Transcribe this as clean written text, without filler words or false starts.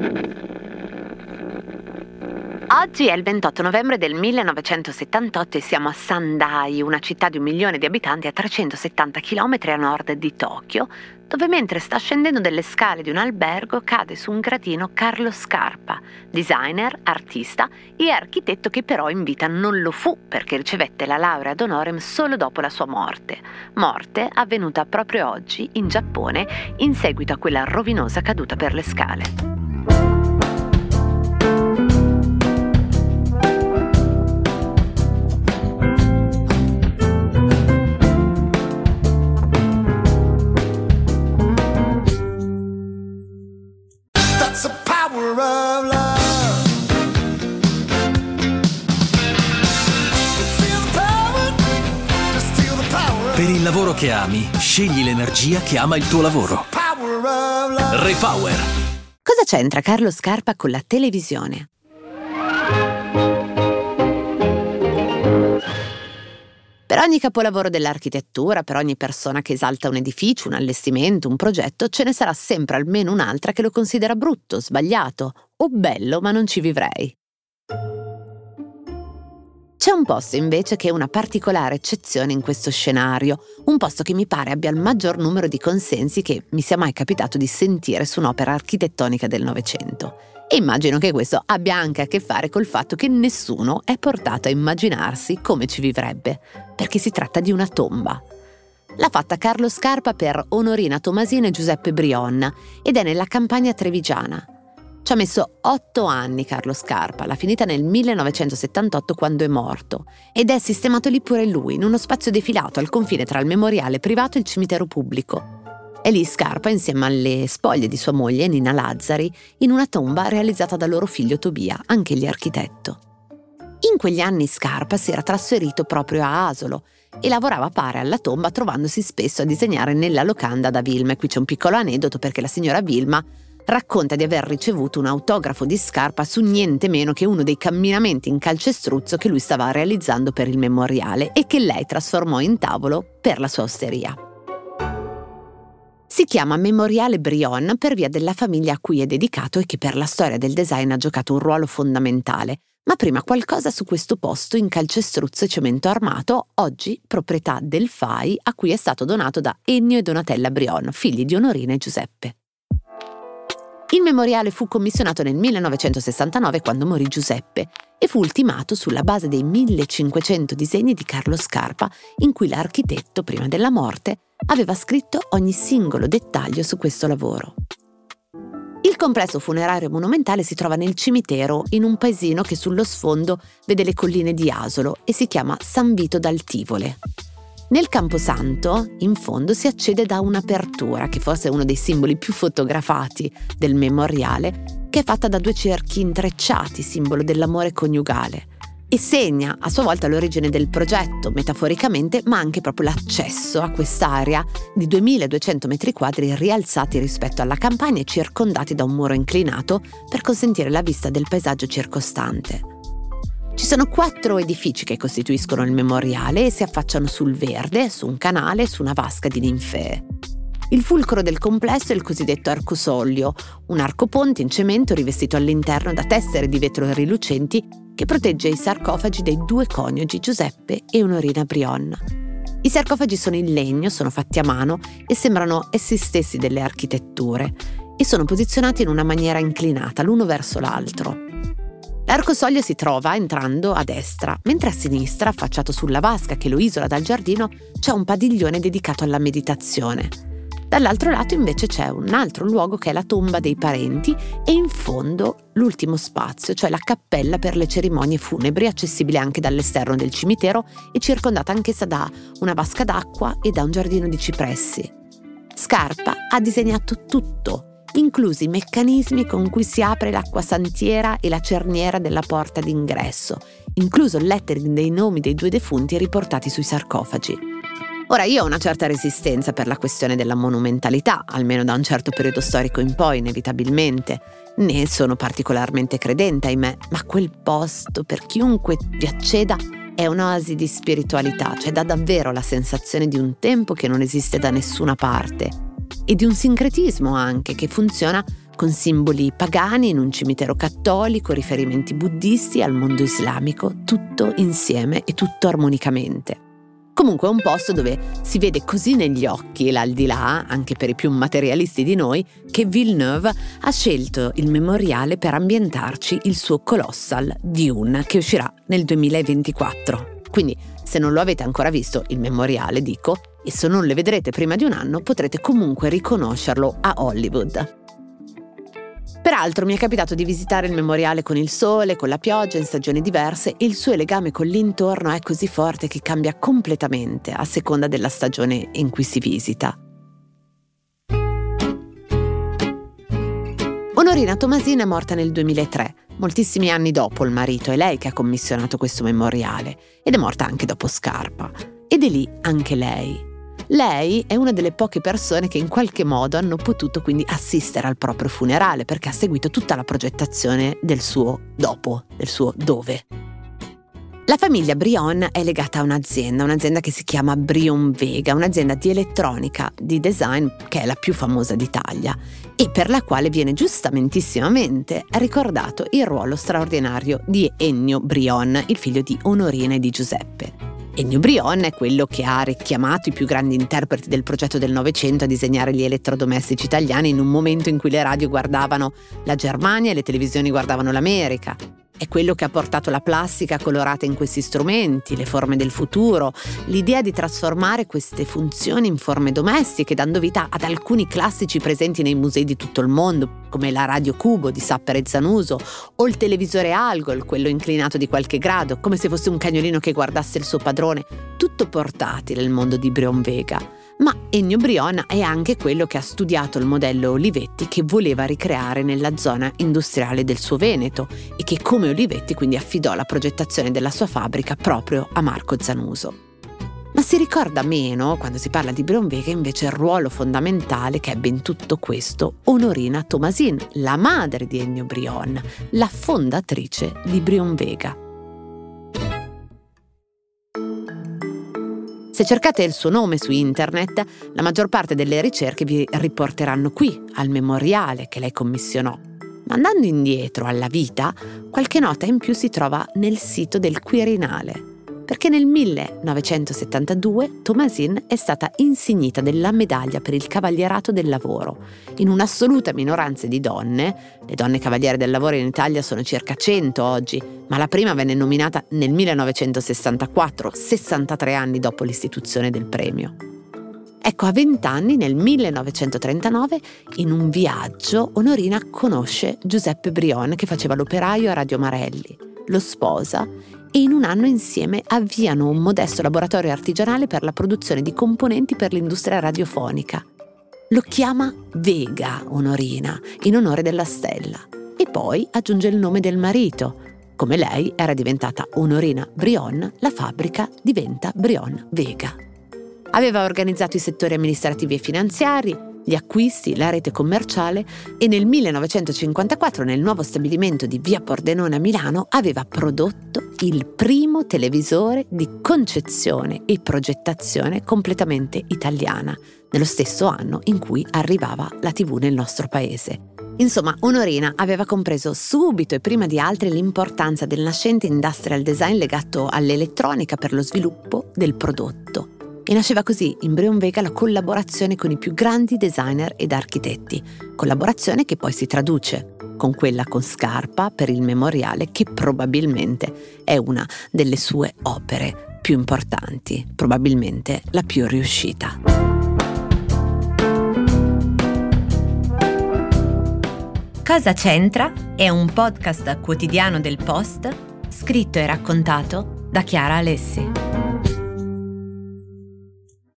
Oggi è il 28 novembre del 1978 e siamo a Sendai, una città di 1 milione di abitanti a 370 km a nord di Tokyo, dove mentre sta scendendo delle scale di un albergo cade su un gradino Carlo Scarpa, designer, artista e architetto che però in vita non lo fu perché ricevette la laurea ad honorem solo dopo la sua morte avvenuta proprio oggi in Giappone in seguito a quella rovinosa caduta per le scale. Per il lavoro che ami, scegli l'energia che ama il tuo lavoro. Repower. Cosa c'entra Carlo Scarpa con la televisione? Per ogni capolavoro dell'architettura, per ogni persona che esalta un edificio, un allestimento, un progetto, ce ne sarà sempre almeno un'altra che lo considera brutto, sbagliato o bello, ma non ci vivrei. C'è un posto invece che è una particolare eccezione in questo scenario, un posto che mi pare abbia il maggior numero di consensi che mi sia mai capitato di sentire su un'opera architettonica del Novecento. E immagino che questo abbia anche a che fare col fatto che nessuno è portato a immaginarsi come ci vivrebbe, perché si tratta di una tomba. L'ha fatta Carlo Scarpa per Onorina Tomasina e Giuseppe Brion ed è nella campagna trevigiana. Ci ha messo 8 anni Carlo Scarpa, l'ha finita nel 1978 quando è morto ed è sistemato lì pure lui, in uno spazio defilato al confine tra il memoriale privato e il cimitero pubblico. È lì Scarpa, insieme alle spoglie di sua moglie Nina Lazzari, in una tomba realizzata da loro figlio Tobia, anch'egli architetto. In quegli anni Scarpa si era trasferito proprio a Asolo e lavorava pare alla tomba trovandosi spesso a disegnare nella locanda da Vilma. E qui c'è un piccolo aneddoto perché la signora Vilma racconta di aver ricevuto un autografo di Scarpa su niente meno che uno dei camminamenti in calcestruzzo che lui stava realizzando per il memoriale e che lei trasformò in tavolo per la sua osteria. Si chiama Memoriale Brion per via della famiglia a cui è dedicato e che per la storia del design ha giocato un ruolo fondamentale. Ma prima qualcosa su questo posto in calcestruzzo e cemento armato, oggi proprietà del FAI, a cui è stato donato da Ennio e Donatella Brion, figli di Onorina e Giuseppe. Il memoriale fu commissionato nel 1969 quando morì Giuseppe e fu ultimato sulla base dei 1500 disegni di Carlo Scarpa in cui l'architetto, prima della morte, aveva scritto ogni singolo dettaglio su questo lavoro. Il complesso funerario monumentale si trova nel cimitero in un paesino che sullo sfondo vede le colline di Asolo e si chiama San Vito dal Tivole. Nel Camposanto, in fondo, si accede da un'apertura, che forse è uno dei simboli più fotografati del memoriale, che è fatta da 2 cerchi intrecciati, simbolo dell'amore coniugale, e segna a sua volta l'origine del progetto, metaforicamente, ma anche proprio l'accesso a quest'area di 2200 metri quadri rialzati rispetto alla campagna e circondati da un muro inclinato per consentire la vista del paesaggio circostante. Ci sono 4 edifici che costituiscono il memoriale e si affacciano sul verde, su un canale e su una vasca di ninfee. Il fulcro del complesso è il cosiddetto arcosoglio, un arcoponte in cemento rivestito all'interno da tessere di vetro rilucenti che protegge i sarcofagi dei 2 coniugi Giuseppe e Onorina Brion. I sarcofagi sono in legno, sono fatti a mano e sembrano essi stessi delle architetture e sono posizionati in una maniera inclinata l'uno verso l'altro. L'arcosoglio si trova entrando a destra, mentre a sinistra, affacciato sulla vasca che lo isola dal giardino, c'è un padiglione dedicato alla meditazione. Dall'altro lato invece c'è un altro luogo che è la tomba dei parenti e in fondo l'ultimo spazio, cioè la cappella per le cerimonie funebri, accessibile anche dall'esterno del cimitero e circondata anch'essa da una vasca d'acqua e da un giardino di cipressi. Scarpa ha disegnato tutto, inclusi i meccanismi con cui si apre l'acquasantiera e la cerniera della porta d'ingresso, incluso il lettering dei nomi dei 2 defunti riportati sui sarcofagi. Ora, io ho una certa resistenza per la questione della monumentalità, almeno da un certo periodo storico in poi, inevitabilmente. Ne sono particolarmente credente, ahimè, ma quel posto, per chiunque vi acceda, è un'oasi di spiritualità, cioè dà davvero la sensazione di un tempo che non esiste da nessuna parte e di un sincretismo anche che funziona con simboli pagani in un cimitero cattolico, riferimenti buddisti al mondo islamico, tutto insieme e tutto armonicamente. Comunque è un posto dove si vede così negli occhi l'aldilà, anche per i più materialisti di noi, che Villeneuve ha scelto il memoriale per ambientarci il suo Colossal Dune, che uscirà nel 2024. Quindi, se non lo avete ancora visto, il memoriale, dico, e se non le vedrete prima di un anno, potrete comunque riconoscerlo a Hollywood. Peraltro mi è capitato di visitare il memoriale con il sole, con la pioggia, in stagioni diverse, e il suo legame con l'intorno è così forte che cambia completamente a seconda della stagione in cui si visita. Onorina Tomasin è morta nel 2003, moltissimi anni dopo il marito. È lei che ha commissionato questo memoriale, ed è morta anche dopo Scarpa. Ed è lì anche lei. Lei è una delle poche persone che in qualche modo hanno potuto quindi assistere al proprio funerale, perché ha seguito tutta la progettazione del suo dopo, del suo dove. La famiglia Brion è legata a un'azienda che si chiama Brion Vega, un'azienda di elettronica, di design che è la più famosa d'Italia e per la quale viene giustamentissimamente ricordato il ruolo straordinario di Ennio Brion, il figlio di Onorina e di Giuseppe. Ennio Brion è quello che ha richiamato i più grandi interpreti del progetto del Novecento a disegnare gli elettrodomestici italiani in un momento in cui le radio guardavano la Germania e le televisioni guardavano l'America. È quello che ha portato la plastica colorata in questi strumenti, le forme del futuro, l'idea di trasformare queste funzioni in forme domestiche, dando vita ad alcuni classici presenti nei musei di tutto il mondo, come la radio Cubo di Sapper e Zanuso o il televisore Algol, quello inclinato di qualche grado, come se fosse un cagnolino che guardasse il suo padrone, tutto portati nel mondo di Brion Vega. Ma Ennio Brion è anche quello che ha studiato il modello Olivetti che voleva ricreare nella zona industriale del suo Veneto e che come Olivetti quindi affidò la progettazione della sua fabbrica proprio a Marco Zanuso. Ma si ricorda meno, quando si parla di Brion Vega, invece il ruolo fondamentale che ebbe in tutto questo Onorina Tomasin, la madre di Ennio Brion, la fondatrice di Brion Vega. Se cercate il suo nome su internet, la maggior parte delle ricerche vi riporteranno qui, al memoriale che lei commissionò. Ma andando indietro alla vita, qualche nota in più si trova nel sito del Quirinale, perché nel 1972 Tomasin è stata insignita della medaglia per il Cavalierato del Lavoro. In un'assoluta minoranza di donne, le donne cavaliere del lavoro in Italia sono circa 100 oggi, ma la prima venne nominata nel 1964, 63 anni dopo l'istituzione del premio. Ecco, a 20 anni, nel 1939, in un viaggio, Onorina conosce Giuseppe Brion, che faceva l'operaio a Radio Marelli, lo sposa e in un anno insieme avviano un modesto laboratorio artigianale per la produzione di componenti per l'industria radiofonica. Lo chiama Vega Onorina, in onore della stella, e poi aggiunge il nome del marito. Come lei era diventata Onorina Brion, la fabbrica diventa Brion Vega. Aveva organizzato i settori amministrativi e finanziari, gli acquisti, la rete commerciale e nel 1954 nel nuovo stabilimento di Via Pordenone a Milano aveva prodotto il primo televisore di concezione e progettazione completamente italiana, nello stesso anno in cui arrivava la TV nel nostro paese. Insomma, Onorina aveva compreso subito e prima di altri l'importanza del nascente industrial design legato all'elettronica per lo sviluppo del prodotto. E nasceva così in Brion Vega la collaborazione con i più grandi designer ed architetti, collaborazione che poi si traduce con quella con Scarpa per il memoriale, che probabilmente è una delle sue opere più importanti, probabilmente la più riuscita. Cosa c'entra? È un podcast quotidiano del Post, scritto e raccontato da Chiara Alessi.